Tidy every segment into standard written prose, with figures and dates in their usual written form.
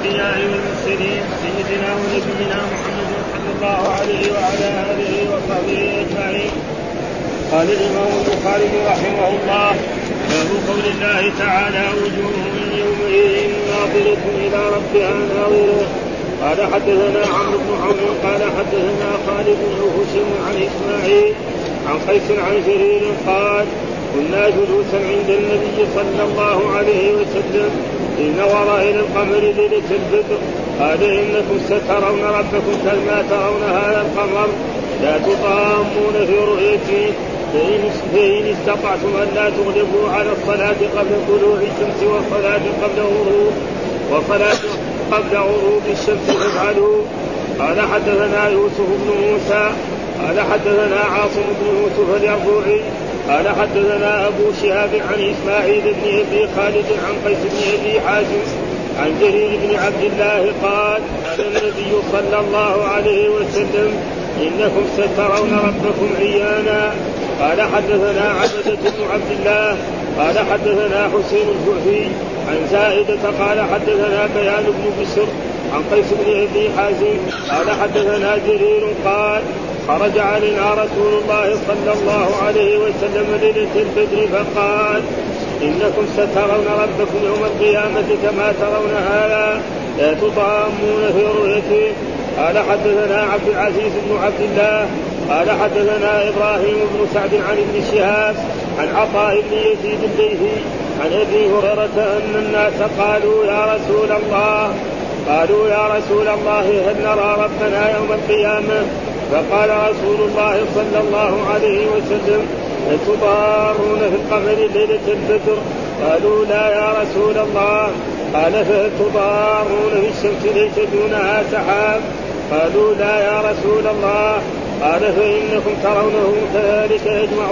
الأنبياء والمرسلين سيدنا ونبينا محمد صلى الله عليه وعلى آله وصحبه أجمعين. قال الإمام البخاري رحمه الله: باب قول الله تعالى: وجوه يومئذ ناظرة إلى ربها ناظرة. قال حدثنا عمرو بن عون قال حدثنا خالد بن هشام عن إسماعيل عن قيس عن جرير قال: كنا جلوسا عند النبي صلى الله عليه وسلم إذ نظر إلى القمر ليلة البدر قال: إنكم سترون ربكم كما ترون هذا القمر لا تضامون في رؤيته، فإن استطعتم أن لا تغلبوا على الصلاة قبل طلوع الشمس والصلاة قبل غروب الشمس فافعلوا. قال حدثنا يوسف بن موسى قال حدثنا عاصم بن يوسف اليربوعي قال حدثنا أبو شهاب عن إسماعيل بن أبي خالد عن قيس بن أبي حازم عن جرير بن عبد الله قال: قال النبي صلى الله عليه وسلم: إنكم سترون ربكم عيانا. قال حدثنا عبدة بن عبد الله قال حدثنا حسين الجعفي عن زائدة قال حدثنا بيان بن بشر عن قيس بن أبي حازم قال حدثنا جرير قال: خرج علينا رسول الله صلى الله عليه وسلم ليلة البدر فقال: إنكم سترون ربكم يوم القيامة كما ترون هذا لا تضامون في رؤيته. قال حدثنا عبد العزيز بن عبد الله قال حدثنا إبراهيم بن سعد عن ابن شهاب عن عطاء بن يزيد الليثي عن أبي هريرة أن الناس قالوا: يا رسول الله هل نرى ربنا يوم القيامة؟ فقال رسول الله صلى الله عليه وسلم: هل تضارون في القمر ليلة البدر؟ قالوا: لا يا رسول الله. قال: فهل تضارون في الشمس ليس دونها سحاب؟ قالوا: لا يا رسول الله. قال: فإنكم ترونه كذلك يجمع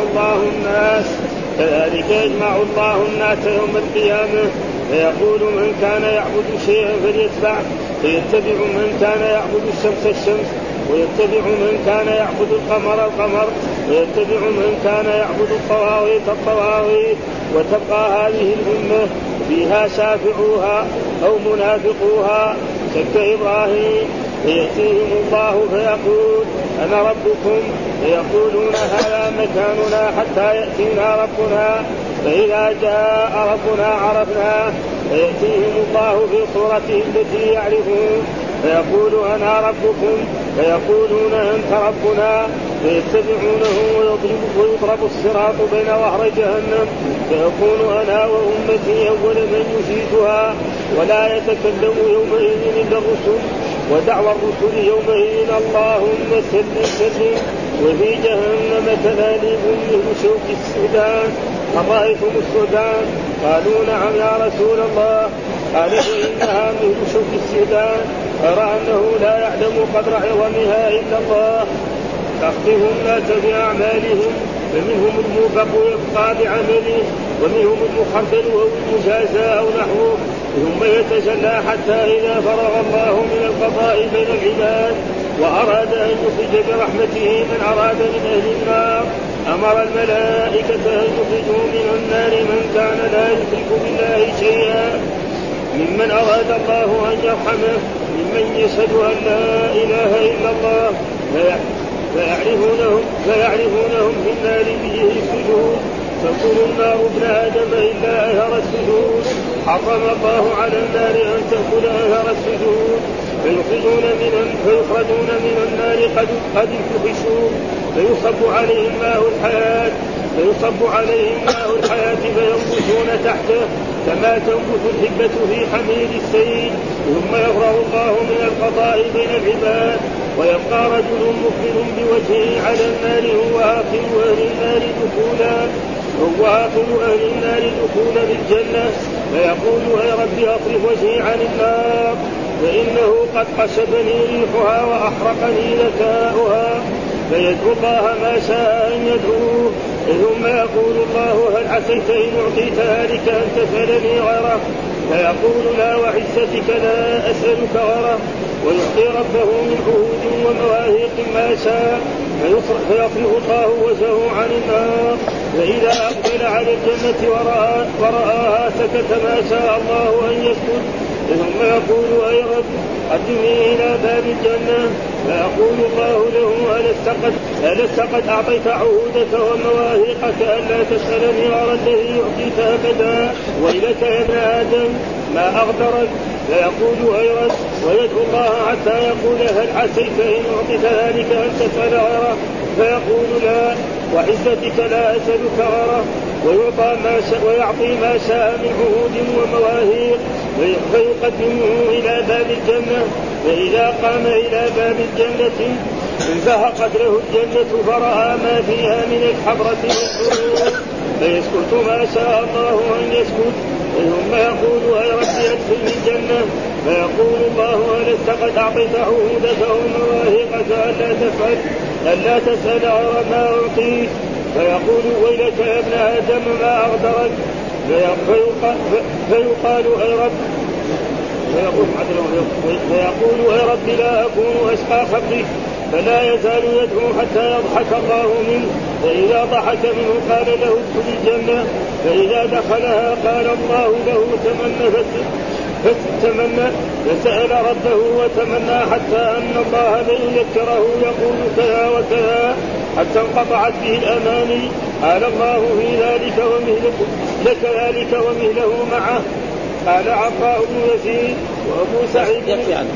الله الناس يوم القيامة فيقول: من كان يعبد شيئا فليتبع، فيتبع من كان يعبد الشمس ويتبع من كان يعبد القمر ويتبع من كان يعبد الطواغيت وتبقى هذه الأمة فيها شافعوها أو منافقوها شك إبراهيم. فيأتيهم الله فيقول: أنا ربكم، فيقولون: هذا مكاننا حتى يأتينا ربنا، فإذا جاء ربنا عرفناه. فيأتيهم الله في صورته التي يعرفون فيقول: أنا ربكم، فيقولون: أنت ربنا. فيتبعونه ويضرب الصراط بين ظهر جهنم فيكون أنا وأمتي أول من يشيدها، ولا يتكلم يومئذ إلا الرسل، ودعوى الرسل يومئذ: اللهم سلم سلم. وفي جهنم تلاليب من شوك السودان، أرأيتم السودان؟ قالوا: نعم يا رسول الله. قال: فإنها من شوك السودان، أرى أنه لا يعلم قدر عظمها إلا الله. تخطف الناس بأعمالهم، فمنهم الموفق يبقى بعمله، ومنهم المخردل أو المجازى أو نحوه، ثم يتجلى حتى إذا فرغ الله من القضاء بين العباد وأراد أن يخرج برحمته من أراد من أهل النار أمر الملائكة أن يخرجوا من النار من كان لا يشرك بالله شيئا، ممن أراد الله أن يرحمه، ممن يشهد أن لا إله إلا الله، فيعرفونهم في النار بجه السجود، تقول النار: ابن آدم إلا أثر السجود، حرم الله على النار أن تأكل أثر السجود. فيخرجون من النار قد انتفشوا، فيصب عليهم ماء الحياة فينبتون تحته كما تنبت الحبة في حميد السيل، ثم يفرغ الله من القضاء بين العباد، ويبقى رجل مقبل بوجهه على النار هو آخر أهل النار دخولا للجنة، فيقول: يا رب أصرف وجهي عن النار، فإنه قد قشبني ريحها وأحرقني ذكاؤها. فيدعو الله ما شاء أن يدعوه، ثم يقول الله: هل عسيت إن أعطيت ذلك أن تسألني غيره؟ فيقول: لا وعزتك لا أسألك غيره. ويعطي ربه من عهود ومواهيق ما شاء، فيصرف الله وجهه عن النار، فإذا أقبل على الجنة ورآها سكت ما شاء الله أن يسكت، ثم يقول أي رب قدمني إلى باب الجنة فيقول الله له ألست قد أعطيت عهودك ومواثيقك ألا تسألني غير الذي يعطيك أبدا وإليك يا ابن آدم ما أغدرك فيقول أي رب ويدعو الله حتى يقول هل عسيت إن أعطيت ذلك أن تسأل غيره فيقول لا وعزتك لا أسألك غيره ويعطي ما شاء من عهود ومواهيق فيقدمه إلى باب الجنة فإذا قام إلى باب الجنة انزهقت له الجنة فرأى ما فيها من الحبرة والسرور فيسكت ما شاء الله أن يسكت ثم يقول أي رب أدخلني الجنة فيقول الله ألست قد أعطيت عهودك ومواهقك ألا تسأل غير ما أعطيت فيقول ويلك يا ابن آدم ما أغدرك فيقال أي رب فيقول يا رب لا أكون أشقى خبرك فلا يزال يدعو حتى يضحك الله منه فإذا ضحك منه قال له ادخل الجنة فإذا دخلها قال الله له فتمنى فسأل ربه وتمنى حتى أن الله ليذكره يقول كذا وكذا حتى انقطعت به الأماني قال الله في ذلك ومثله لك ذلك ومثله معه قال عطاء بن يزيد وأبو سعيد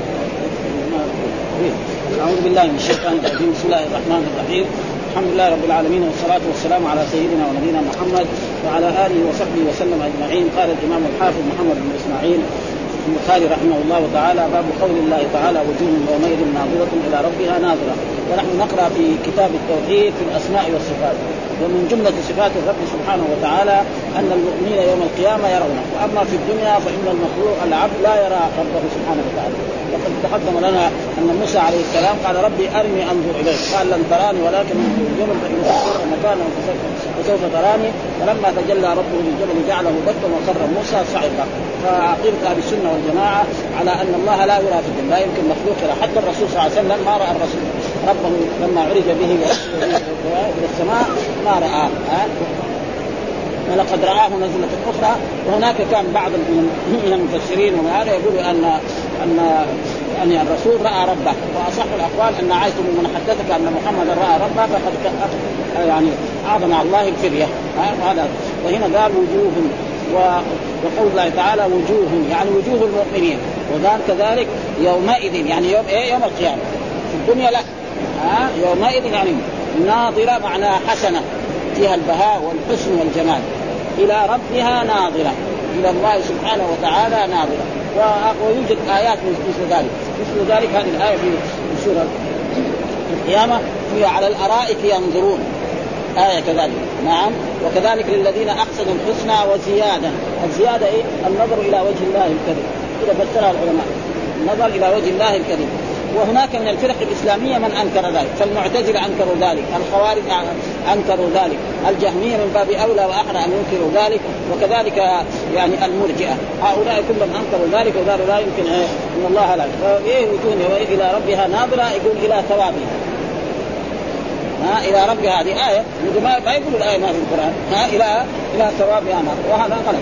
أعوذ بالله من الشيطان الرجيم بسم الله الرحمن الرحيم الحمد لله رب العالمين والصلاة والسلام على سيدنا ونبينا محمد وعلى آله وصحبه وسلم أجمعين. قال الإمام الحافظ محمد بن إسماعيل البخاري رحمه الله تعالى باب قول الله تعالى وجوه يومئذ ناظرة إلى ربها ناظرة. ونحن نقرأ في كتاب التوحيد في الأسماء والصفات ومن جملة صفات الرب سبحانه وتعالى أن المؤمنين يوم القيامة يرونه وأما في الدنيا فإن المخلوق العبد لا يرى ربه سبحانه وتعالى. وقد تقدم لنا أن موسى عليه السلام قال ربي أرني أنظر إليك قال لن تراني ولكن الجبل فإن استقر مكانه فسوف تراني فلما تجلى ربه للجبل جعله دكا وخر موسى صعقا. فعقيدة أهل السنة والجماعة على أن الله لا يرى في الدنيا لا يمكن مخلوق يرى. حتى الرسول صلى الله عليه وسلم ما رأى الرسول ربه لما عرج به إلى السماء ما رآه ولقد رآه نزلة أخرى. وهناك كان بعض من المفسرين ومن هذا يقول أن الرسول رأى ربه وأصح الأقوال أن عائشة من حدثك أن محمد رأى ربه فقد يعني أعظم على الله الفرية هذا. وهنا قال وجوه وقول الله تعالى وجوه يعني وجوه المؤمنين وقال كذلك يومئذ يعني يوم إيه يوم القيامة. في الدنيا لا يومئذ يعني ناظرة معناها حسنة فيها البهاء والحسن والجمال إلى ربها ناظرة إلى الله سبحانه وتعالى ناظرة. ويوجد آيات مثل ذلك هذه الآية في سورة القيامة هي على الأرائك ينظرون آية كذلك نعم. وكذلك للذين أحسنوا الحسنى وزيادة. الزيادة إيه؟ النظر إلى وجه الله الكريم إذا فسرها العلماء النظر إلى وجه الله الكريم. وهناك من الفرق الإسلامية من أنكر ذلك فالمعتزلة أنكروا ذلك الخوارج أنكروا ذلك الجهمية من باب أولى وأحرى أن ينكروا ذلك وكذلك يعني المرجئة هؤلاء كلهم أنكروا ذلك وقالوا لا يمكن إن الله لا فإيه وجوه إلى ربها ناظرة يقول إلى ثوابها إلى ربها هذه آية ما يقول الآية ما في القرآن إلى ثوابها ناظرة وهذا غلط.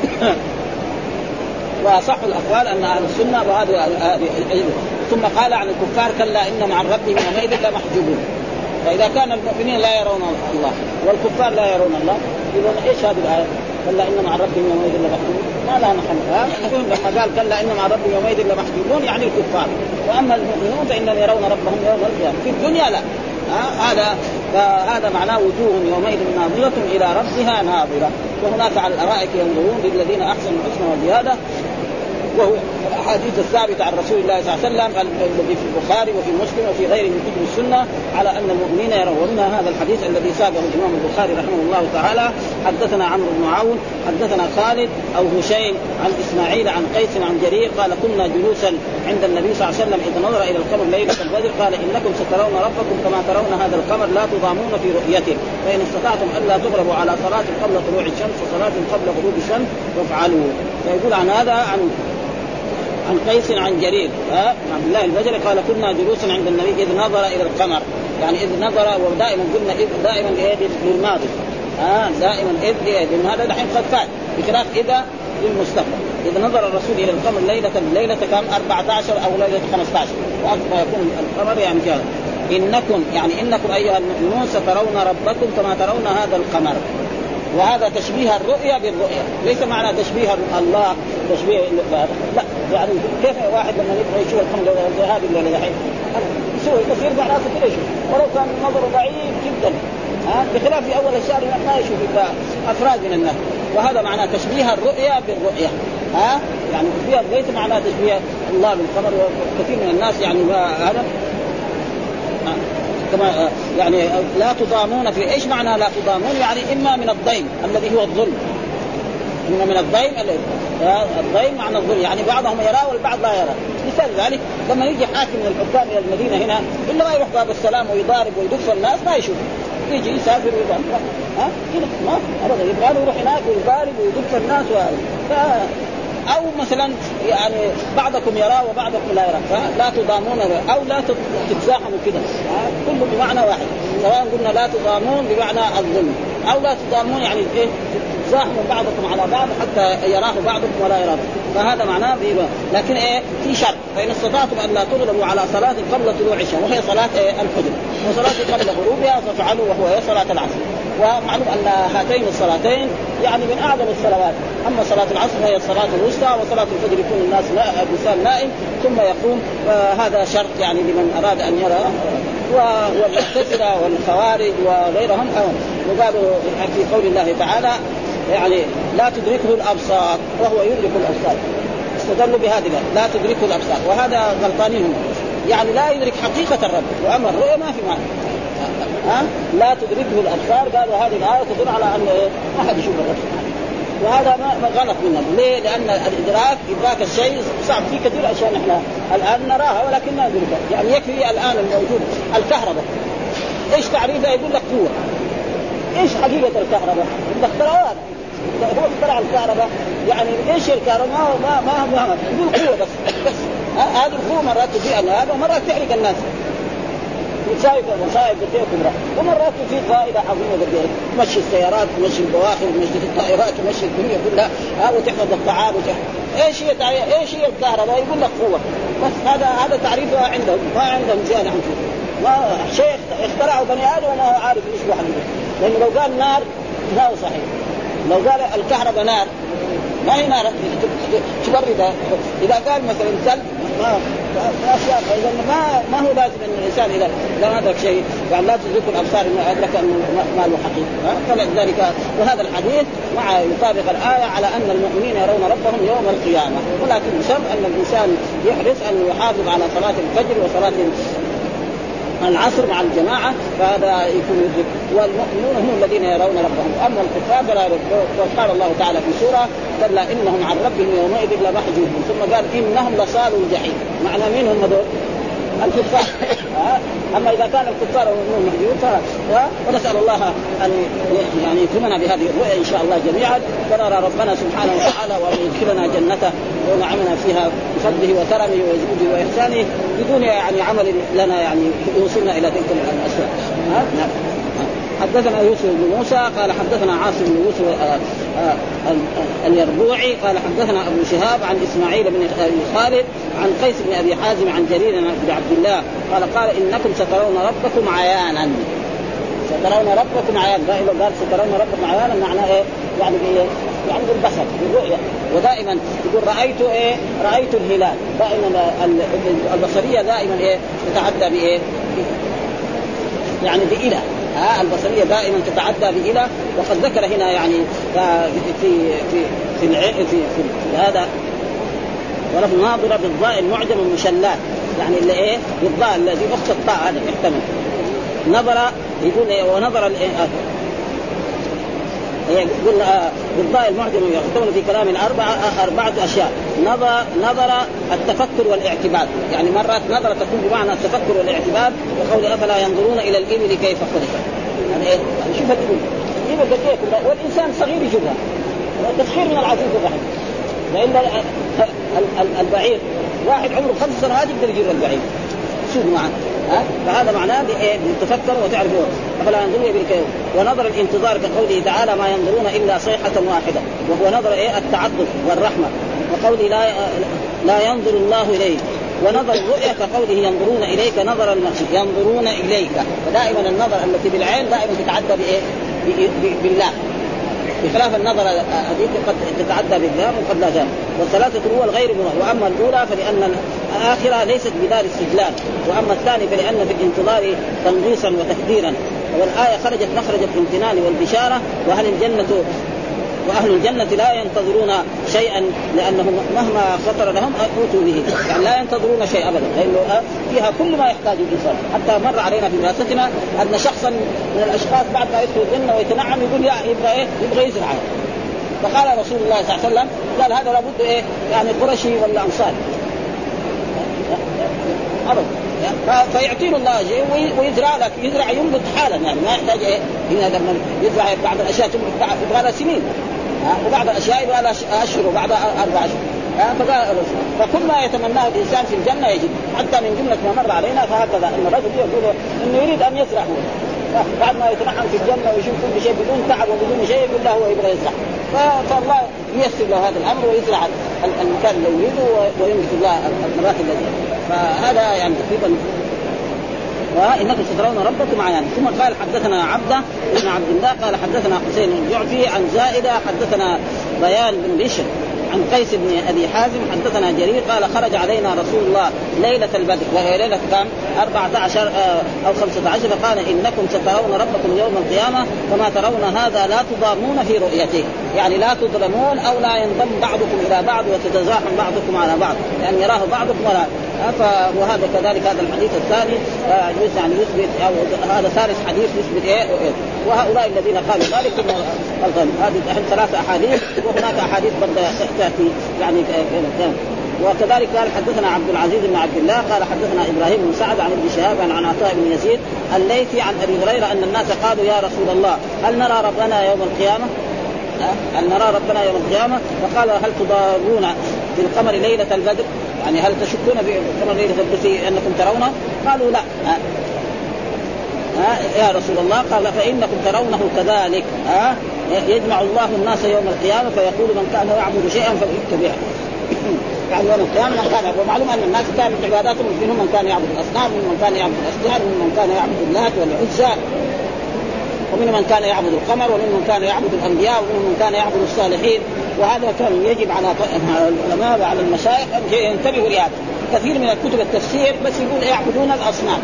وصح الأقوال أن أهل السنة وهذه ثم قال عن الكفار كلا إن مع ربهم يومئذ لمحجوبون. فإذا كان المؤمنين لا يرون الله والكفار لا يرون الله إذا إيش هذه الآية كلا إن مع ربهم يومئذ لمحجوبون ما لا نحن لما قال كلا إن مع ربهم يومئذ لمحجوبون يعني الكفار وأما المؤمنون فإنهم يرون ربهم يوم القيامة. في الدنيا لا هذا معناه وجوه يومئذ ناظرة إلى ربها ناظرة. وهناك على الأرائك ينظرون للذين أحسنوا الحسنى وزيادة وهو الأحاديث الثابتة عن رسول الله صلى الله عليه وسلم الذي في البخاري وفي مسلم وفي غيره من كتب السنة على أن المؤمنين يرون. هذا الحديث الذي ساقه الإمام البخاري رحمه الله تعالى حدثنا عمرو بن عون حدثنا خالد أو هشيم عن إسماعيل عن قيس عن جرير قال كنا جلوسا عند النبي صلى الله عليه وسلم إذ نظر إلى القمر ليلة البدر قال إنكم سترون ربكم كما ترون هذا القمر لا تضامون في رؤيته فإن استطعتم ألا تغربوا على صلاة قبل طلوع الشمس وصلاة قبل غروب الشمس فافعلوا. فيقول عن هذا عن قيس عن جرير عبد الله البجلي قال كنا جلوسا عند النبي إذ نظر إلى القمر يعني إذ نظر ودائما قلنا إذ دائما للماضي دائما إذ لأن هذا الحين قد فات بخلاف إذا للمستقبل إذا نظر الرسول إلى القمر ليلة كم 14 أو ليلة 15 وأكثر يكون القمر يعني كذا. إنكم أيها المؤمنون سترون ربكم كما ترون هذا القمر. وهذا تشبيه الرؤيا بالرؤيا، ليس معنى تشبيه الله تشبيه لا، يعني كيف واحد لما يبغى يشوف القمر هذه الليلة الحين يسوي بس يرجع راسه كده يشوف ولو كان نظره ضعيف جدا، بخلاف في أول الشهر ما يشوف إلا أفراد من الناس. وهذا معنى تشبيه الرؤيا بالرؤيا، يعني ليس معنى تشبيه الله بالقمر. وكثير من الناس يعني هذا كما يعني لا تضامون في إيش معنى لا تضامون؟ يعني إما من الضيم الذي هو الظلم، إما من الضيم الضيم معنى الظلم، يعني بعضهم يرى والبعض لا يرى. مثال ذلك لما يجي حاكم من الحكام إلى المدينة هنا إلا ما يروح باب السلام ويضارب ويدف الناس ما يشوف، يجي يسافر ويضارب كده ما أبدا، يبغى يروح هناك ويضارب ويدف الناس أو مثلا يعني بعضكم يرى وبعضكم لا يرى، فلا تضامون أو لا تتزاحموا كده، كله بمعنى واحد. سواء قلنا لا تضامون بمعنى الظلم أو لا تضامون يعني تتزاحموا بعضكم على بعض حتى يراه بعضكم ولا يراه، فهذا معناه لكن في شرط: فإن استطعتم أن لا تغلبوا على صلاة قبل طلوع الشمس، وهي صلاة الفجر، وصلاة قبل غروبها فافعلوا وهو صلاة العصر. ومعلوم أن هاتين الصلاتين يعني من أعظم الصلوات. أما صلاة العصر هي الصلاة الوسطى، وصلاة الفجر يكون الإنسان نائم ثم يقوم، هذا شرط يعني لمن أراد أن يرى. والمعتزلة والخوارج وغيرهم وقالوا في قول الله تعالى يعني لا تدركه الأبصار وهو يدرك الأبصار، استدلوا بهذه لا تدركه الأبصار، وهذا غلطانين، يعني لا يدرك حقيقة الرب. وأما الرؤيا ما في معنى لا تدركه الأبصار، قالوا هذه الآية تدل على أن ما حد يشوف الرب، وهذا ما غلط منهم. ليه؟ لأن إدراك الشيء صعب. في كثير أشياء نحن الآن نراها ولكن ما ندركها. يعني يكفي الآن الموجود الكهرباء، إيش تعريفها؟ يقول لك قوة. إيش حقيقة الكهرباء؟ اخترعوها، هو اخترع الكهرباء. يعني إيش الكهرباء؟ ما يقول قوة بس هذه القوة مرات تضيء النهار ومرات تحرق الناس، وتساوي مصائب كثيرة كبرى، ومرات في فائدة عظيمة كثيرة، تمشي السيارات، تمشي البواخر، تمشي الطائرات، تمشي الدنيا كلها، وتحفظ الطعام ايش هي الكهرباء؟ يقول لك قوة بس. هذا تعريفها عندهم، ما عندهم زيادة عن كده. ما شيء اخترعوا بني آدم وما هو عارف ايش هو حقيقة. لأنه لو قال نار ما هو صحيح، لو قال الكهرباء نار ما هي نار تبردها. إذا قال مثلا ثلج ما هو لازم ان الانسان اذا لم ادرك شيء يعني لا تدرك الابصار انه ادرك انه ما له حقيقه. فلذلك وهذا الحديث مع يطابق الايه على ان المؤمنين يرون ربهم يوم القيامه، ولكن بشرط ان الانسان يحرص ان يحافظ على صلاه الفجر وصلاه العصر مع الجماعة، فهذا يكون يدرك. والمؤمنون هم الذين يرون ربهم، أما الكفار فلا يرون. وقال الله تعالى في سورة كلا إنهم عن ربهم يومئذ لمحجوبون، ثم قال إنهم لصالوا الجحيم. معنى مين هم هذول؟ الكفار. أما إذا كان الكفار والمؤمنون محجوبون ونسأل الله أن يعني يكرمنا بهذه الرؤيا إن شاء الله جميعا، ونرى ربنا سبحانه وتعالى وأن يدخلنا جنته ونعمنا فيها بفضله وكرمه وجوده وإحسانه بدون يعني عمل لنا يعني يوصلنا إلى تلك الأشياء. حدثنا يوسف بن موسى قال حدثنا عاصم بن يوسف اليربوعي قال حدثنا أبو شهاب عن إسماعيل بن خالد عن قيس بن أبي حازم عن جرير بن عبد الله قال إنكم سترون ربكم عيانا. سترون ربكم عيانا، دائما قال سترون ربكم عيانا معناه إيه؟ يعني يعني بالبصر بالرؤية. ودائما يقول رأيت الهلال. دائما البصرية دائما تتعدى بإيه؟ يعني بإله. البصرية دائما تتعدى بإله. وقد ذكر هنا يعني في هذا ولف ناظرة بالضاء المعجم المشلات، يعني اللي بالضاء الذي أخت الطاء هذا يحتمل نظر. يقول ونظر يقول بالضاء المعجم يحتمل في كلام أربعة أشياء. نظر التفكر والاعتبار، يعني مرات نظر تكون بمعنى التفكر والاعتبار، وقول أفلا ينظرون إلى الإبل كيف خلقت. يعني شوف الإبل كيف، والإنسان صغير يشوفها، تسخير من العزيز الرحيم. لأن البعير واحد عمره 5 سنوات يقدر يجيب البعير شوف معه. فهذا معناه بالتفكر وتعرفون أفلا ينظرون إلى الإبل. ونظر الانتظار كقوله تعالى ما ينظرون إلا صيحة واحدة، وهو نظر التعطف والرحمة. وقوله لا ينظر الله إليك، ونظر الرؤية كقوله ينظرون إليك نظر المخشي، ينظرون إليك. فدائما النظر التي بالعين دائما تتعدى بالله، بخلاف النظر هذه قد تتعدى بالله وقد لا ذلك. والثلاثة هو الغير منه. وأما الأولى فلأن الآخرة ليست بدار السجلان، وأما الثاني فلأن في الانتظار تنغيصا وتكديرا. والآية خرجت مخرج الامتنان والبشارة، وأهل الجنة لا ينتظرون شيئا لأنهم مهما خطر لهم أوتوا به، يعني لا ينتظرون شيء أبدا، لأنه فيها كل ما يحتاج الإنسان. حتى مر علينا في دراستنا أن شخصا من الأشخاص بعد ما يدخل الجنة ويتنعم يقول يبغى يزرع. فقال رسول الله صلى الله عليه وسلم قال هذا لابد يعني قرشي ولا أنصاري أبدا، فيعطيه الله شيء ويزرع لك، يزرع ينبت حالا، يعني ما يحتاج هنا لما يزرع بعض الأشياء يبغى لها سنين، وبعض الأشياء يبغى لها أشهر وبعد 4 أشهر. فكل ما يتمناه الإنسان في الجنة يجد. حتى من جملة ما مر علينا فهكذا أن الرجل يقول إنه يريد أن يزرع هو، بعد ما يتنعم في الجنة ويشوف كل شيء بدون تعب وبدون شيء يقول له هو يبغى يزرع، فالله ييسر له هذا الأمر ويزرع المكان اللي يريده وينبت الله النبات الذي. فهذا يعني تقريبا وإنكم سترون ربكم عيانا. ثم قال حدثنا عبده بن عبد الله قال حدثنا حسين الجعفي عن زائدة حدثنا بيان بن بشر عن قيس بن أبي حازم حدثنا جرير قال خرج علينا رسول الله ليلة البدر، وهي ليلة كان 14 أو 15، فقال إنكم سترون ربكم يوم القيامة كما ترون هذا لا تضامون في رؤيته، يعني لا تظلمون أو لا ينضم بعضكم إلى بعض وتتزاحم بعضكم على بعض، لأن يعني يراه بعضكم ولا. وهذا كذلك هذا الحديث الثاني يعني يثبت، أو هذا ثالث حديث يثبت وهؤلاء الذين قالوا ذلك هذه 3 أحاديث، وهناك أحاديث تأتي يعني وكذلك قال حدثنا عبد العزيز بن عبد الله قال حدثنا إبراهيم بن سعد عن ابن شهاب عن عطاء بن يزيد الليثي عن أبي هريرة أن الناس قالوا يا رسول الله هل نرى ربنا يوم القيامة؟ هل نرى ربنا يوم القيامة؟ فقال هل تضارون في القمر ليلة البدر؟ يعني هل تشكون في القمر ليلة البدر أنكم ترونه؟ قالوا لا. يا رسول الله قال فإنكم ترونه كذلك. يجمع الله الناس يوم القيامة فيقول من كان يعبد شيئا فليتبعه. يعني يوم القيامة من كان، ومعلوم أن الناس كانت عباداتهم منهم من كان يعبد الأصنام، ومن من كان يعبد الأشجار، ومن من كان يعبد اللات والعزى، ومن من كان يعبد القمر، ومن من كان يعبد الأنبياء، ومن من كان يعبد الصالحين. وهذا كان يجب على العلماء وعلى المشايخ أن ينتبهوا لهذا. كثير من الكتب التفسير بس يقول يعبدون الأصنام،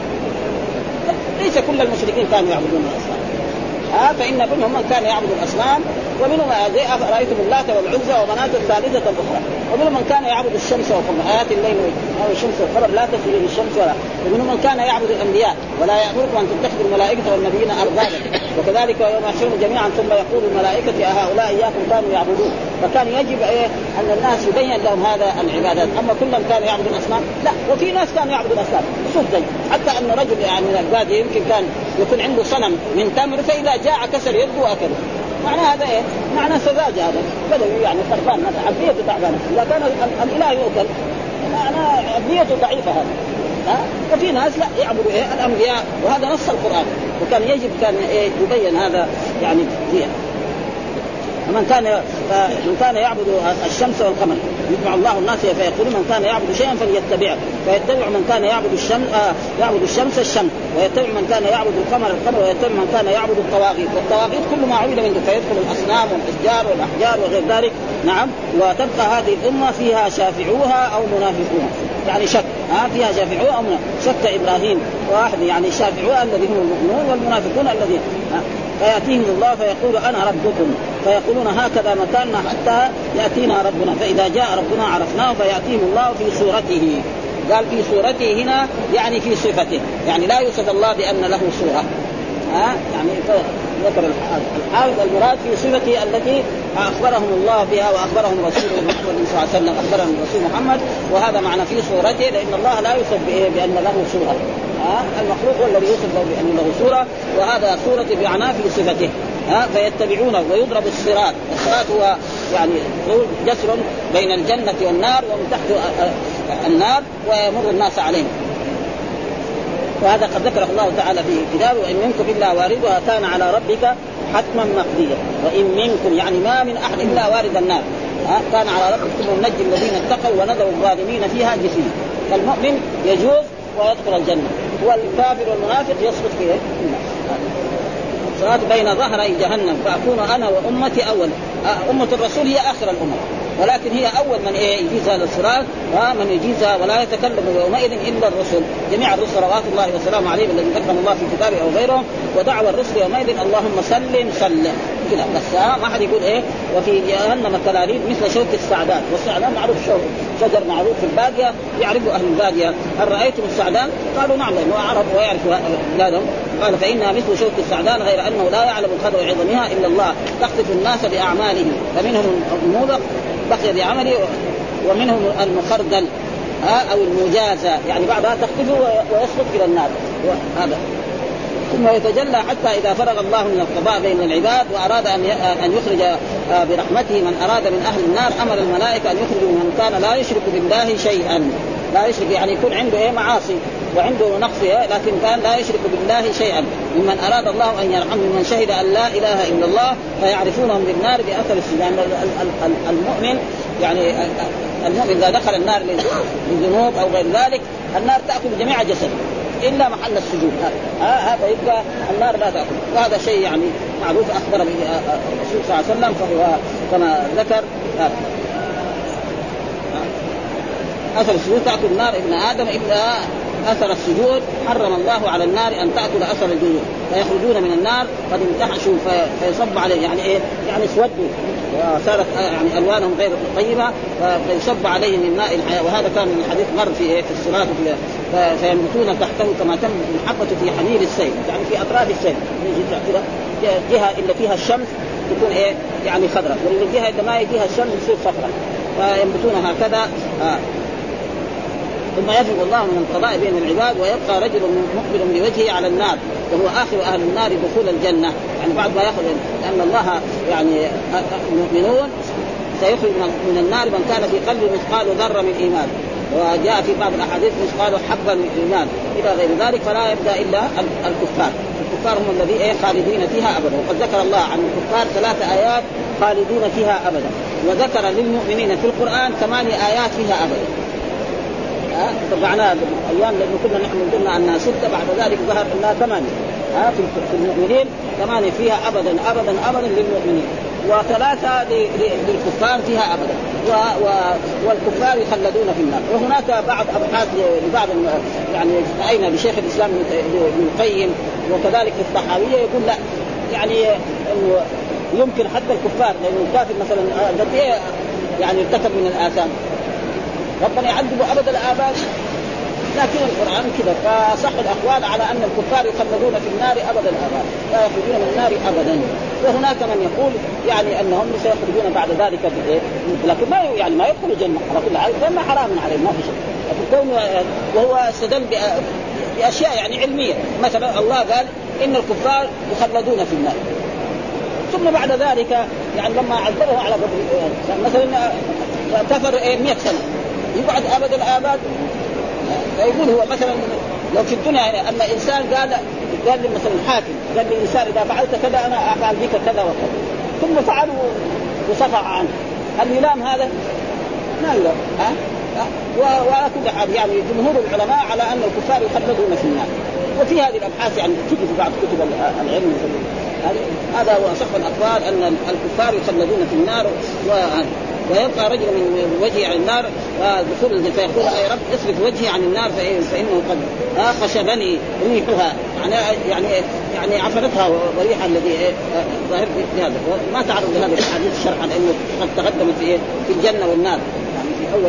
ليس كل المشركين كانوا يعبدون الأصنام. فإن منهم من كان يعبد الأصنام، ومنهم رأيتم اللات والعزى ومناة الثالثة الأخرى، ومنهم من كان يعبد الشمس والقمر، آيات الليل والشمس والقمر لا تسجد للشمس ولا، ومنهم من كان يعبد الأنبياء ولا يأمركم أن تتخذوا الملائكة والنبيين أربابا، وكذلك يوم يحشرهم جميعا ثم يقول الملائكة هؤلاء إياكم كانوا يعبدون. فكان يجب أن الناس يبين لهم هذا العبادات. أما كلهم كانوا يعبدون الأصنام لا، وفي ناس كانوا يعبدون الأصنام صدق، حتى أن رجل يعني من البادية يمكن كان يكون عنده صنم من تمر، فإذا جاء كسر يده وأكله. معنى هذا إيه؟ معنى سذاجة، هذا بدوي يعني خربان، عبديته تعبانة. إذا كان الإله يؤكل معنى عبديته ضعيفة هذا. وفي ناس لا يعبدوا الأنبياء، وهذا نص القرآن، وكان يجب كان يبين هذا يعني فيها. من كان يعبد الشمس والقمر يجمع الله الناس فيقول من كان يعبد شيئا فليتبعه، فيتبع من كان يعبد الشمس الشمس، ويتبع من كان يعبد القمر، ويتبع من كان يعبد الطواغيت، والطواغيت كل ما عبد منه، فيدخل الأصنام والأشجار والأحجار وغير ذلك. نعم. وتبقى هذه الأمة فيها شافعوها أو منافقوها، يعني شك فيها شافعوها أو شك إبراهيم واحد، يعني شافعوها الذين هم المؤمنون، والمنافقون الذين فيأتيهم الله فيقول أنا ربكم، فيقولون هكذا مكاننا حتى يأتينا ربنا، فإذا جاء ربنا عرفناه، فيأتيهم الله في صورته. قال في صورته هنا يعني في صفته، يعني لا يوصف الله بأن له صورة. يعني ذكر الحافظ المراد في صفته التي أخبرهم الله بها وأخبرهم رسوله محمد صلى الله عليه وسلم، أخبرهم الرسول محمد، وهذا معنى في صورته، لأن الله لا يوصف بأن له صورة. المخلوق هو الذي يوصف بأن له صورة، وهذا صورة بمعناه في صفته. فيتبعونه ويضرب الصراط. الصراط هو يعني جسر بين الجنة والنار، ومن تحت النار ويمر الناس عليه. وهذا قد ذكره الله تعالى في كتابه وإن منكم إلا واردها كان على ربك حتما مقضيا. وإن منكم يعني ما من أحد إلا وارد النار، كان على ربك ثم ننجي الذين اتقوا ونذر الظالمين فيها جثيا. فالمؤمن يجوز ويدخل الجنة، والكافر والمنافق يسقط فيه. صراط بين ظهري جهنم فأكون أنا وأمتي أول. أمة الرسول هي آخر الأمم، ولكن هي أول من يجيز هذا الصراط، من يجيزها ولا يتكلم يومئذ إلا الرسل. جميع الرسل صلوات الله وسلامه عليهم الذين ذكرهم الله في كتابه أو غيرهم، ودعوى الرسل يومئذ اللهم سلم سلم كده بس. ما حد يقول وفي جهنم كلاليب مثل شوك السعدان. والسعدان معروف شجر معروف في البادية يعرفه أهل البادية. هل رأيتم السعدان؟ قالوا نعم لأنه عرف ويعرف بلادهم. قال فإنها مثل شوك السعدان غير أنه لا يعلم قدر عظمها إلا الله، تخطف الناس بأعمالهم، فمنهم الموبق بقي بعمله، ومنهم المخردل أو المجازة يعني بعضها تخطفه ويسقط إلى النار. هذا ثم يتجلى حتى إذا فرغ الله من القضاء بين العباد وأراد أن يخرج برحمته من أراد من أهل النار، أمر الملائكة أن يخرجوا من كان لا يشرك بالله شيئا. لا يشرك يعني يكون عنده معاصي وعنده نقص، لكن كان لا يشرك بالله شيئا، ممن أراد الله أن يرحمه، من شهد أن لا إله إلا الله فيعرفونهم بالنار بأثر السجود. يعني المؤمن يعني المؤمن إذا دخل النار للذنوب أو غير ذلك النار تأكل جميع جسده إلا محل السجود. هذا يبقى النار لا تأكل، وهذا شيء يعني معروف أخبر به الرسول صلى الله عليه وسلم، فهو كما ذكر أثر السجود تأكل النار ابن آدم إلا أثر السجود. حرم الله على النار أن تأكل أثر الجنود، فيخرجون من النار قد امتحشوا فيصب عليه يعني يعني اسودوا وصارت يعني ألوانهم غير طيبة، فيصب عليهم من ماء الحياة. وهذا كان من الحديث مر في الصلاة فينبتون تحته كما تنبت الحبة في حميل السيل، يعني في أطراف السيل جهة اللي فيها الشمس تكون يعني خضراء، والجهة اللي ما فيها الشمس تصير صفراء، فينبتون هكذا. ثم يفرغ الله من القضاء بين العباد ويبقى رجل مقبل بوجهه على النار وهو آخر أهل النار دخول الجنة. يعني بعد ما يأخذ لأن الله يعني المؤمنون سيخرج من النار من كان في قلبه مثقال ذرة من إيمان، وجاء في بعض الأحاديث مثقال حبة من إيمان إلى غير ذلك، فلا يبدأ إلا الكفار. الكفار هم الذين خالدين فيها أبدا. وقد ذكر الله عن الكفار 3 آيات خالدين فيها أبدا، وذكر للمؤمنين في القرآن 8 آيات فيها أبدا. طبعنا أيام لأنه كنا نحن قلنا أنها 6، بعد ذلك ظهر أنها 8. في المؤمنين 8 فيها أبدا أبدا أبدا للمؤمنين، و3 للكفار فيها أبدا، والكفار يخلدون في النار. وهناك بعض أبحاث لبعض يعني رأينا بشيخ الإسلام ابن القيم وكذلك في الطحاوية يقول لا يعني إنه يمكن حتى الكفار، لأنه الكافر مثلا قد إيه يعني ارتكب من الآثام ربنا يعذبوا أبد الآباد، لكن القرآن كذا. فصح الأقوال على أن الكفار يخلدون في النار أبد الآباد لا يخرجون من النار أبدا. وهناك من يقول يعني أنهم سيخرجون بعد ذلك لكن ما يعني ما يدخلوا الجنة على كل حال، لأنه حرام عليه ما في شيء. وهو استدل بأشياء يعني علمية. مثلا الله قال إن الكفار يخلدون في النار، ثم بعد ذلك يعني لما عذبه على مثلا كفر 100 سنة يقعد أبد الآباد. فيقول هو مثلا لو في الدنيا أن إنسان قال لي مثلا حاكم قال لي إنسان إذا فعلت كذا أنا أفعل بك كذا وكذا، ثم فعل وصفع عنه، هل يلام هذا؟ ما يلام. وعلى كل حال يعني جمهور العلماء على أن الكفار يخلدون في النار. وفي هذه الأبحاث يعني تجي في بعض كتب العلم هذا هو أصح الأقوال أن الكفار يخلدون في النار. ويبقى رجل من وجهه عن النار دخول الجنة فيقول أي رب اصرف وجهي عن النار فإنه قد خشبني ريحها، يعني عفرتها وريحها الذي ظاهر في هذا. وما تعرض لهذه الحديث شرحا لأنه قد تقدم في الجنة والنار يعني في أول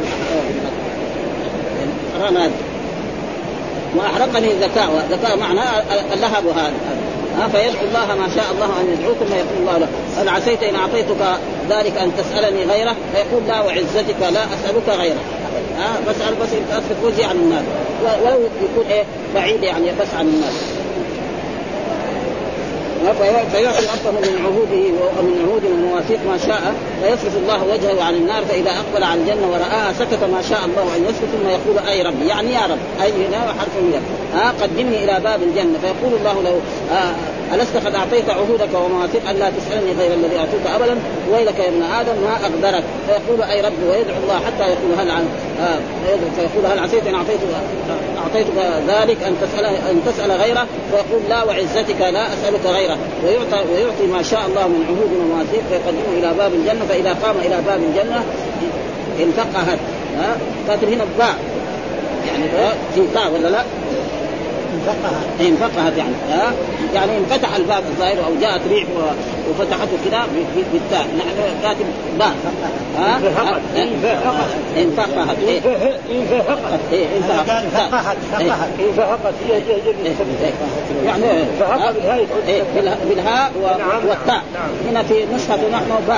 قرانا. وأحرقني ذكاء معناه اللهب هذا فيدعو الله ما شاء الله أن يدعوكم ويقول الله له هل عسيت إن أعطيتك ذلك أن تسألني غيره؟ فيقول لا وعزتك لا أسألك غيره. بسأل بس أصرف وجهي عن النار ولو يكون بعيد يعني بس عن النار. فيعطي ربه من عهوده ومن عهود ومواثيق ما شاء، فيصرف الله وجهه عن النار، فإذا أقبل على الجنة ورآها سكت ما شاء الله أن يسكت، ثم يقول أي ربي يعني يا رب، أي هنا وحرف هنا قدمني إلى باب الجنة، فيقول الله له ألست قد أعطيت عهودك ومواثيق ألا تسألني غير الذي أعطيك أبدا ويلك يا ابن آدم ما أقدرك. فيقول أي رب ويدعو الله حتى يقول هل عسيت إن أعطيتك ذلك أن تسأل غيره؟ فيقول لا وعزتك لا أسألك غيره. ويعطي ما شاء الله من عهود ومواثيق فيقدمه إلى باب الجنة، فإذا قام إلى باب الجنة انفقهت. كاتب هنا الضاء يعني في طاء ولا لا؟ انفقهت يعني انفتح الباب الظاهر أو جاءت ريح وفتحته كده بالتاء. نحن كاتب باء انفقهت يعني بالهاء والتاء. هنا في نسخة نحن باء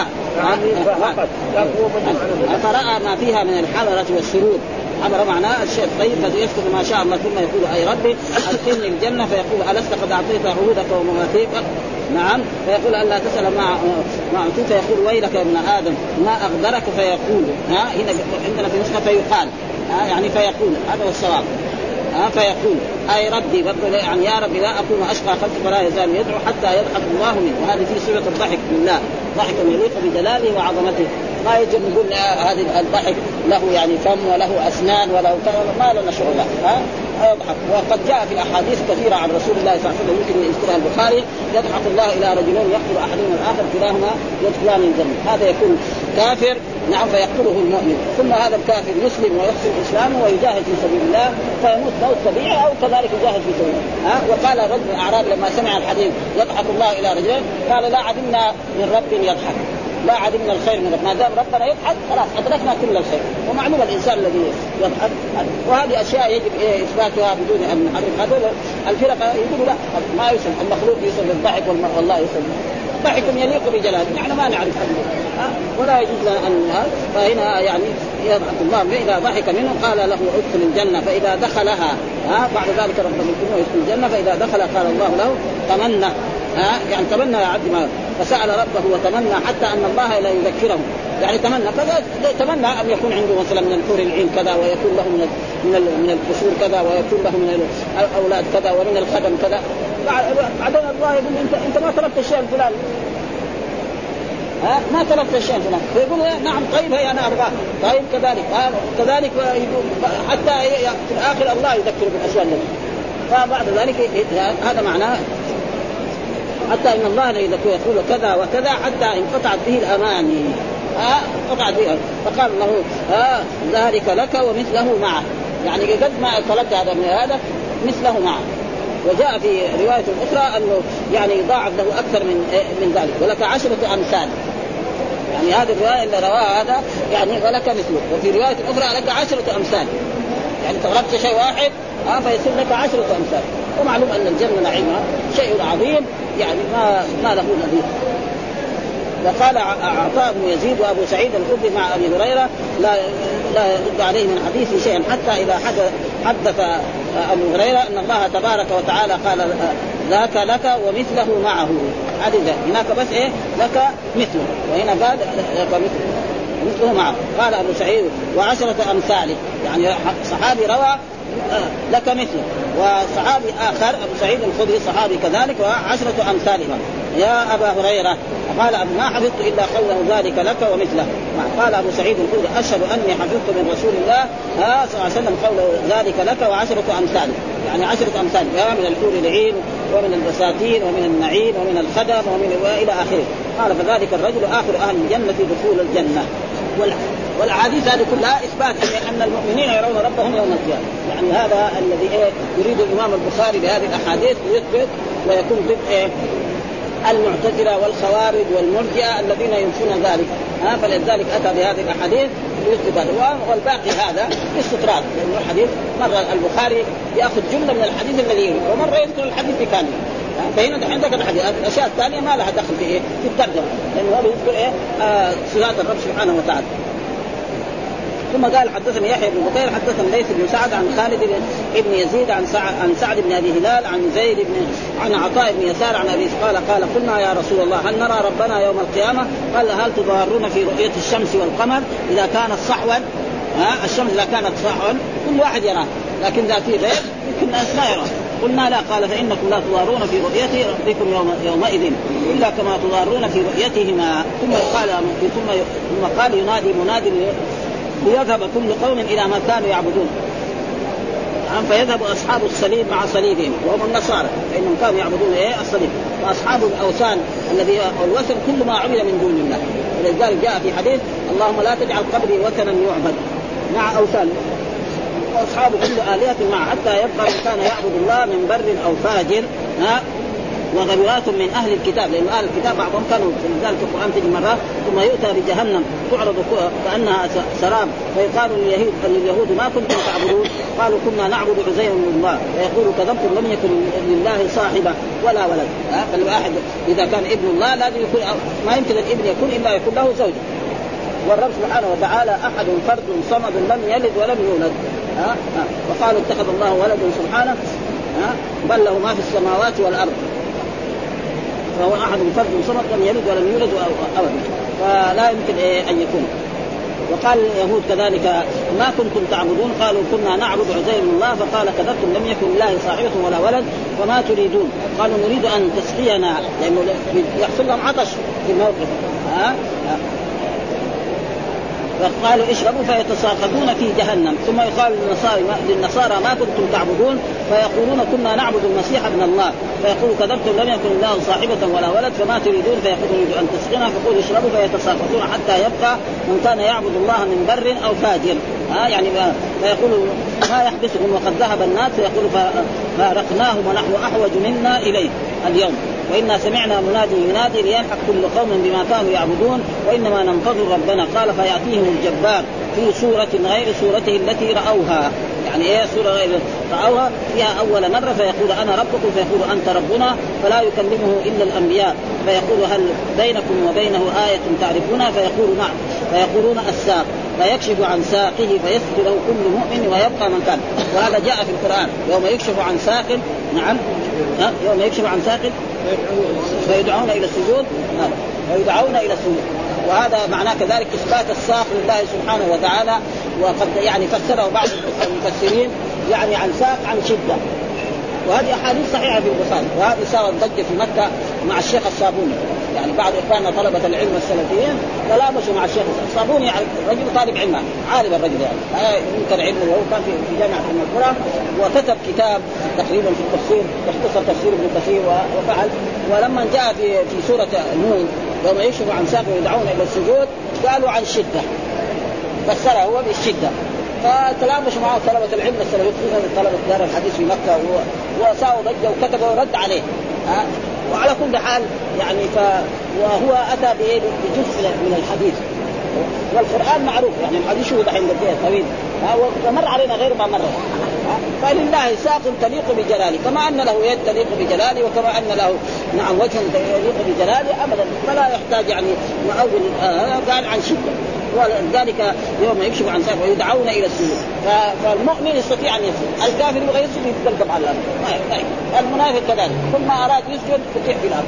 فرأى ما فيها من الحضرة والسرور. أمر معناه الشيء الطيب الذي يذكر ما شاء الله ثم يقول أي ربي أدخلني الجنة، فيقول ألست قد أعطيت عهودك ومواثيقك؟ نعم. فيقول ألا تسأل ما أعطيت. فيقول ويلك يا ابن آدم ما أقدرك. فيقول هنا عندنا في نسخة فيقال يعني فيقول هذا هو الصواب. فيقول أي ربي يعني يا ربي لا أكون أشقى خلقك ولا يزال يدعو حتى يضحك الله منه. وهذه في صيغة الضحك بالله، ضحك يليق بجلاله وعظمته. ما يجب نقول هذا الضحك له يعني فم وله أسنان وله ما لنا شغل يضحك. وقد جاء في أحاديث كثيرة عن رسول الله صلى الله عليه وسلم يمكن يذكرها البخاري يضحك الله إلى رجلين يقتل أحدهما الآخر كلاهما يدخلان الجنة. هذا يكون كافر نعم فيقتله المؤمن، ثم هذا الكافر يسلم ويحسن إسلامه ويجاهد في سبيل الله فيموت موت طبيعي أو كذلك يجاهد في سبيل الله. وقال رجل الأعرابي لما سمع الحديث يضحك الله إلى رجلين قال لا عدمنا من رب يضحك، لا عدمنا الخير من رب. ما دام ربنا يضحك خلاص أدركنا كل الخير. ومعلوم الإنسان الذي يضحك وهذه أشياء يجب إثباتها بدون أن نحرف. هذول الفرق يقولوا لا ما يوصل المخلوق يوصل للضحك والله يوصل ضحك يليق بجلاله يعني ما نعرف ولا يجوز أن. فهنا يعني يضحك الله إذا ضحك منه قال له ادخل الجنة فإذا دخلها بعد ذلك ربنا يدخل الجنة فإذا دخل قال الله له تمنى يعني تمنى يا عبد ما فسأل ربه وتمنى حتى أن الله لا يذكره يعني تمنى كذا تمنى أن يكون عنده مثلا من الحور العين كذا ويكون له من القصور كذا ويكون له من الأولاد كذا ومن الخدم كذا. بعدين الله يقول أنت ما طلبت الشيء الفلاني ما طلبت الشيء الفلاني فيقول نعم طيب هي أنا أرضاه طيب كذلك حتى في الآخر الله يذكر بالأشياء التي فبعد ذلك هذا معناه حتى إن الله لا يقول كذا وكذا حتى انقطعت به الأماني قطعت به. فقال له ذلك لك ومثله معه يعني قد ما طلبت هذا من هذا مثله معه. وجاء في رواية أخرى أنه يعني يضاعف له أكثر من ذلك ولك 10 أمثال. يعني هذه الرواية اللي رواها هذا يعني ولك مثله. وفي رواية أخرى لك 10 أمثال يعني طلبت شيء واحد فيصير لك 10 أمثال. ومعلوم أن الجنة نعيمها شيء عظيم يعني ما له نظير. وقال عطاء بن يزيد وأبو سعيد الخدري مع أبي هريرة لا يرد عليه من حديثه شيئا حتى إذا حدث أبو هريرة أن الله تبارك وتعالى قال ذاك لك ومثله معه. هذا هناك بس لك مثله وهنا قال لك مثله معه. قال أبو سعيد 10 أمثاله يعني صحابي روى لك مثله وصحابي آخر أبو سعيد الخدري صحابي كذلك 10 أمثالها يا أبا هريرة. قال ما حفظت إلا قوله ذلك لك ومثله. قال أبو سعيد الخدري أشهد أني حفظت من رسول الله صلى الله عليه وسلم قوله ذلك لك و10 أمثال يعني 10 أمثال من الحور العين ومن البساتين ومن النعيم ومن الخدم وإلى آخره. قال فذلك الرجل آخر أهل الجنة دخول الجنة. والأحاديث هذه كلها إثبات أن المؤمنين يرون ربهم يوم القيامة. يعني هذا الذي يريد الإمام البخاري بهذه الأحاديث ويثبت ويكون ضد المعتزلة والخوارج والمرجئة الذين ينفون ذلك. فلذلك أتى بهذه الأحاديث ليثبت هذا. والباقي هذا استطراد لأن الحديث مرة البخاري يأخذ جملة من الحديث الذي يريد ومرة يذكر الحديث بكامل. فهنا عندك الحديث الأشياء الثانية ما لها دخل في الترجمة لأنه هذا يذكر صفات الرب سبحانه وتعالى. ثم قال حدثني يحيى بن بكير حدثنا ليث بن سعد عن خالد بن يزيد عن سعد بن أبي هلال عن زيد عن عطاء بن يسار عن أبي قال قلنا يا رسول الله هل نرى ربنا يوم القيامة؟ قال هل تضارون في رؤية الشمس والقمر إذا كانت صحوا الشمس إذا كانت صحوا كل واحد يراه لكن ذا في غير يمكن الناس لا يراه قلنا لا. قال فإنكم لا تضارون في رؤية ربكم يومئذ إلا كما تضارون في رؤيتهما. ثم قال ينادي منادي ليذهب كل قوم إلى ما كانوا يعبدون. فيذهب أصحاب الصليب مع صليبهم وهم النصارى فإنهم كانوا يعبدون الصليب، وأصحاب الأوثان الذي الوثن كل ما عبد من دون الله. ولذلك جاء في حديث اللهم لا تجعل قبري وثنا يعبد مع أوثان، وأصحاب كل آلهة مع حتى يبقى من كان يعبد الله من بر أو فاجر. وغبرات من أهل الكتاب، لأن أهل الكتاب بعضهم كانوا في ذلك القرآن تجي مرات ثم يؤتى بجهنم تعرض كأنها سراب فيقال لليهود ما كنتم تعبدون؟ قالوا كنا نعبد عزير من الله، فيقول كذبتم لم يكن لله صاحبة ولا ولد. فالواحد إذا كان ابن الله لازم يكون، ما يمكن الابن يكون إلا يكون له زوجة. والرب سبحانه وتعالى أحد فرد صمد لم يلد ولم يولد. وقالوا اتخذ الله ولد سبحانه بل له ما في السماوات والأرض، فهو أحد فرد صمد لم يلد ولم يولد أبدا، فلا يمكن أن يكون. وقال اليهود كذلك ما كنتم تعبدون؟ قالوا كنا نعبد عزير من الله، فقال كذبتم لم يكن لله صاحبة ولا ولد فما تريدون؟ قالوا نريد أن تسقينا، لأنه يحصل لهم عطش في الموقف. فقالوا اشربوا فيتساقطون في جهنم. ثم يقال للنصارى ما كنتم تعبدون؟ فيقولون كنا نعبد المسيح ابن الله، فيقول كذبتم لم يكن الله صاحبة ولا ولد فما تريدون؟ فيقول نريد أن تسقنا، فقول اشربوا فيتساقطون حتى يبقى من كان يعبد الله من بر أو فاجر. يعني فيقول ما يحبسهم وقد ذهب الناس، فيقول فارقناهم ونحن أحوج منا إليه اليوم، وإنا سمعنا منادي ينادي ليلحق كل قوم بما كانوا يعبدون وإنما ننتظر ربنا. قال فيأتيهم الجبار في صورة غير صورته التي رأوها، يعني صورة غير رأوها فيها أول مرة، فيقول أنا ربكم، فيقول أنت ربنا، فلا يكلمه إلا الأنبياء، فيقول هل بينكم وبينه آية تعرفونها؟ فيقول نعم، فيقولون الساق، فيكشف عن ساقه فيسجد له كل مؤمن ويبقى من كان. وهذا جاء في القرآن يوم يكشف عن ساق، نعم يوم يكشف عن ساق فيدعون إلى السجود، ويدعون إلى السجود. وهذا معناه كذلك إثبات الساق لله سبحانه وتعالى. وقد يعني فسره بعض المفسرين يعني عن ساق عن شدة، وهذه أحاديث صحيحة في البخاري. وهذه صارت ضجة في مكة مع الشيخ الصابوني، يعني بعض إخواننا طلبة العلم السلفيين تلامسوا مع الشيخ الصابوني، يعني رجل طالب علم عالم الرجل، يعني يمكن علمه، وهو كان في جامعة القرى، وكتب كتاب تقريبا في التفسير، يختصر تفسير ابن كثير وفعل. ولما جاء في سورة نون يوم يكشف عن ساق ويدعون إلى السجود قالوا عن شدة، فسره هو بالشدة. فتلامسوا معه طلبة العلم السلفيين، طلبة دار الحديث في مكة، وساووا ضجة وكتبوا رد عليه. وعلى كل حال يعني وهو أتى بجزء من الحديث، والقرآن معروف يعني الحديث هو دحين طويل، ومر علينا غير ما مر. فلله ساق تليق بجلاله، كما أن له يد تليق بجلاله، وكما أن له نعم وجه تليق بجلاله أبدا، فلا يحتاج يعني مؤول. قال عن شدة. ولذلك يوم يكشف عن ساق ويدعون إلى السجود، فالمؤمن يستطيع أن يسجد، الكافر يبغى يسجد يتقلب على الأرض، المنافق كذلك كل ما أراد يسجد يطيح في الأرض.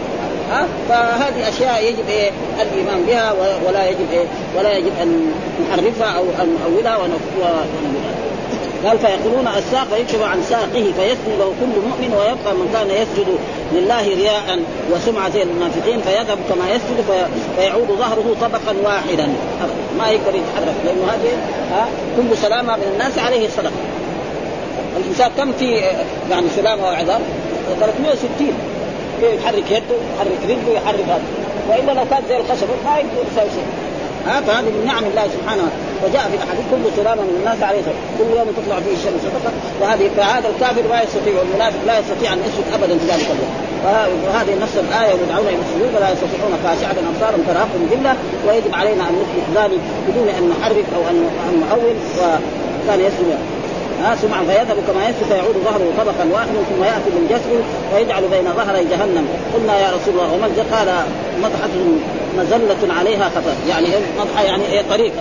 فهذه أشياء يجب الإيمان بها، ولا يجب أن نحرفها أو أن نؤولها ونفقها. قال فيقولون الساق فيكشف عن ساقه فيسجد له كل مؤمن ويبقى من كان يسجد لله رياء وسمعة زي المنافقين، فيذهب كما يسجد فيعود ظهره طبقا واحدا، ما يقدر يتحرك، لأنه هذه كل سلامة من الناس عليه صدقة. الإنسان كم في يعني سلامة وعظام 360، يحرك يده يحرك رجله يحرك هذا، وإلا لو كان زي الخشب ما يقدر يسوي شيء. فهذه من نعم الله سبحانه. وجاء في الحديث كل سلامة من الناس عليه صدقة، كل يوم تطلع فيه الشمس صدقة. فهذا الكافر لا يستطيع، والمنافق لا يستطيع أن يسجد أبدا في ذلك اليوم. وهذه نص الآية يدعون إلى السجود ولا يستطيعون خاشعة أبصارهم ترهقهم ذلة، ويجب علينا أن نثبت ذلك بدون أن نحرك أو أن نؤول. وكان يسجد سمعا فيذهب كما يسجد فيعود ظهره طبقا واحدا ثم يأتي من جسده ويجعل بين ظهري جهنم. قلنا يا رسول الله ومن قال مضحة مزلة عليها خطر، يعني مضحة يعني طريقة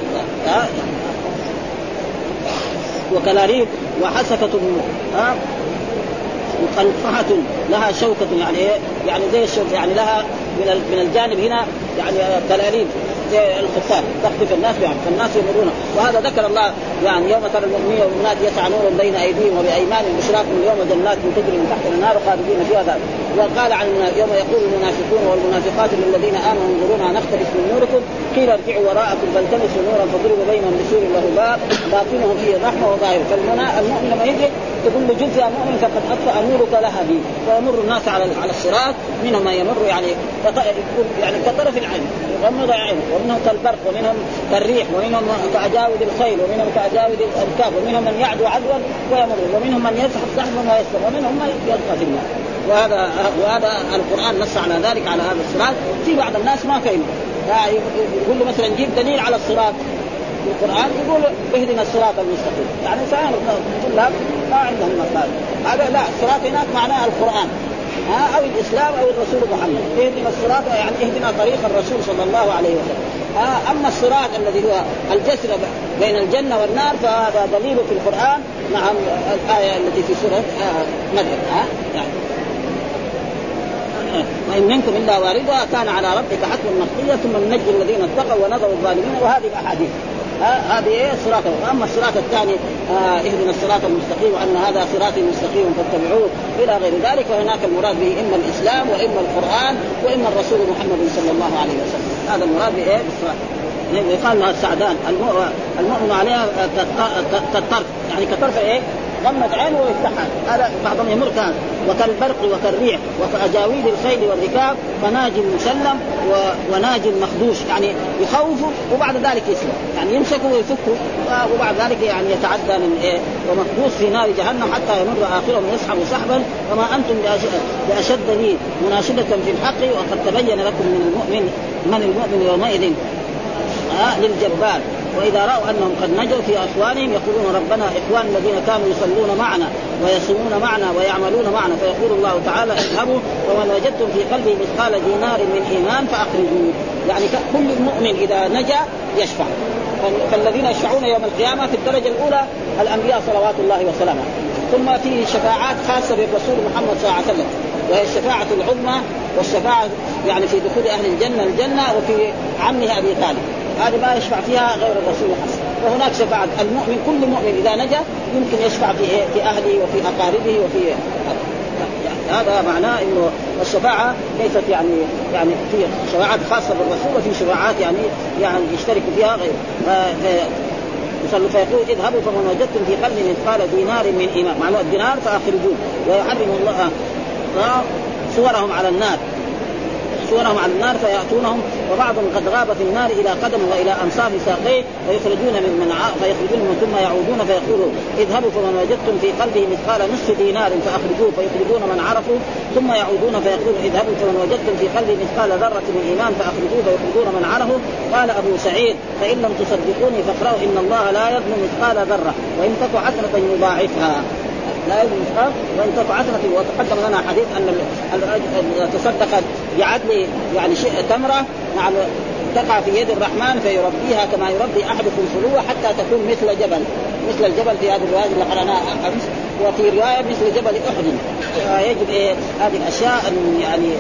وكلاريب وحسكة مقنطحة لها شوكة، يعني زي الشوكة، يعني لها من الجانب هنا يعني كلاريب الخفاف تخطف الناس يعني فالناس يمرون. وهذا ذكر الله يعني يوم ترى المؤمنين والمؤمنات يسعى نور بين أيديهم وبأيمانهم بشراكم اليوم جنات تجري من تحت النار خالدين فيها ذلك. وقال عن يوم يقول المنافقون والمنافقات للذين آمنوا انظرونا نقتبس من نوركم قيل ارجعوا وراءكم فالتمسوا نورا فضرب بينهم بسور له باب باطنه فيه الرحمة وظاهره. فالمؤمن لما يجي تقول له جزء يا مؤمن فقد أطفأ نورك لهبي. ويمر الناس على الصراط منهم ما يمر يعني كطرف العين يغمض عينه ومنهم كالبرق ومنهم كالريح ومنهم كأجاود الخيل ومنهم كأجاود الركاب ومنهم من يعدو عدوا ويمر ومنهم من يزحف زحفا ويسلم ومنهم من يلقى في النار. وهذا القرآن نص على ذلك على هذا الصراط. في بعض الناس ما فهم يقول له مثلا جيب دليل على الصراط في القرآن يقول اهدنا الصراط المستقيم يعني سائر الطلاب ما عندهم مقال هذا لا الصراط هناك معناه القرآن أو الإسلام أو الرسول محمد. اهدنا الصراط يعني اهدنا طريق الرسول صلى الله عليه وسلم. أما الصراط الذي هو الجسر بين الجنة والنار فهذا دليل في القرآن مع الآية التي في سورة مريم يعني وإن منكم إلا واردها كان على ربك حتما مقضيا ثم ننجي الذين اتقوا ونذر الظالمين. وهذه الأحاديث هذه الصراط. أما الصراط الثاني اهدنا الصراط المستقيم وأن هذا صراطي مستقيم فاتبعوه إلى غير ذلك. وهناك المراد به إما الإسلام وإما القرآن وإما الرسول محمد صلى الله عليه وسلم. هذا المراد به بالصراط. يقال لها السعدان المؤمن عليها كالطرف يعني كطرف غمض عينه ويفتحها. هذا بعضهم يمر كان وكالبرق وكالريح وكأجاويد الخيل والركاب فناج مسلم وناج مخدوش يعني يخوفه وبعد ذلك يسلم يعني يمسكه ويفكه وبعد ذلك يعني يتعدى من ومخدوش في نار جهنم حتى يمر آخرهم يسحب سحبا وما أنتم بأشد لي مناشدة في الحق وقد تبين لكم من المؤمن يومئذ للجبار. وإذا رأوا أنهم قد نجوا في أخوانهم يقولون ربنا إخوان الذين كانوا يصلون معنا ويصومون معنا ويعملون معنا فيقول الله تعالى اذهبوا ومن وجدتم في قلبه مثقال دينار من إيمان فأخرجوه. يعني كل مؤمن إذا نجا يشفع. فالذين يشفعون يوم القيامة في الدرجة الأولى الأنبياء صلوات الله وسلامه. ثم في شفاعات خاصة بالرسول محمد صلى الله عليه وسلم وهي الشفاعة العظمى والشفاعة يعني في دخول أهل الجنة وفي عمه أبي طالب هذا ما يشفع فيها غير الرسول حسن. وهناك شفاعة المؤمن كل مؤمن إذا نجا يمكن يشفع في أهله وفي أقاربه وفي هذا معناه إنه الشفاعة ليست يعني في شفاعات خاصة بالرسول وفي شفاعات يعني يشترك فيها غير فيقول اذهبوا فمن وجدتم في قلبه مثقال دينار من إيمان معناه الدينار فأخرجوه. ويحرم الله صورهم على النار فيأتونهم وبعضهم قد غاب في النار إلى قدم وإلى أنصاف ساقيه فيخرجون من ثم يعودون فيقولوا اذهبوا فمن وجدتم في قلبه مثقال نصف دينار فأخرجوه فيخرجون من عرفوا ثم يعودون فيقولوا اذهبوا فمن وجدتم في قلبه مثقال ذرة من إيمان فأخرجوه فيخرجون من عرفوا. قال أبو سعيد فإن لم تصدقوني فاقرأوا إن الله لا يظلم مثقال ذرة وإن تك حسنة يضاعفها لا يظلم مثقال وإن تك حسنة. وتقدم لنا حديث أن تصدق بعدل يعني شيء تمرة نعم تقع في يد الرحمن فيربيها كما يربي أحدكم فلوة حتى تكون مثل الجبل في هذه الرواية اللي قرأناها أمس. وفي رواية مثل جبل أحد. يجب هذه الأشياء أن يعني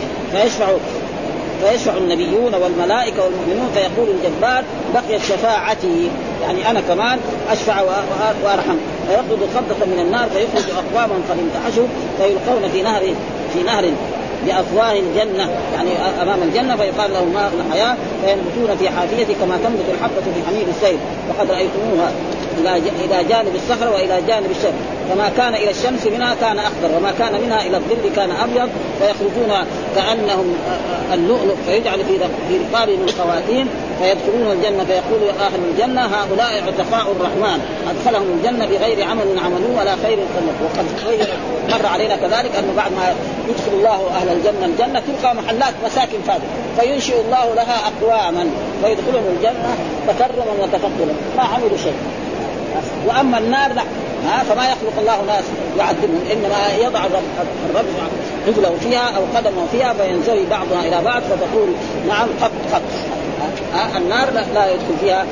فيشفع النبيون والملائكة والمؤمنون فيقول الجبار بقيت شفاعتي يعني أنا كمان أشفع وأرحم. فيقبض قبضة من النار فيخرج أقواما قد انتعشوا فيلقون في نهر بأفواه الجنة يعني أمام الجنة فيقال لهم ماء الحياة فينبتون في حافيته كما تنبت الحبة في حميد السيل وقد رأيتموها إلى جانب الصخرة وإلى جانب الشمس فما كان إلى الشمس منها كان أخضر وما كان منها إلى الظل كان أبيض فيخرجون كأنهم اللؤلؤ فيجعل في رقابهم الخواتيم فيدخلون الجنة فيقول يا أهل الجنة هؤلاء عتقاء الرحمن أدخلهم الجنة بغير عمل عملوه ولا خير قلت. وقد مر علينا كذلك أنه بعد ما يدخل الله أهل الجنة تلقى محلات مساكن فاضية فينشئ الله لها أقواما فيدخلهم الجنة تكرما وتفضلا ما عملوا شيء. وأما النار لا فما يخلق الله ناس يعذبهم إنما يضع الرب رجله فيها أو قدمه فيها فينزوي بعضها إلى بعض فتقول نعم قط النار لا يدخل فيها.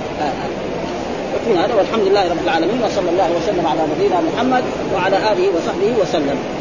هذا والحمد لله رب العالمين وصلى الله وسلم على نبينا محمد وعلى آله وصحبه وسلم.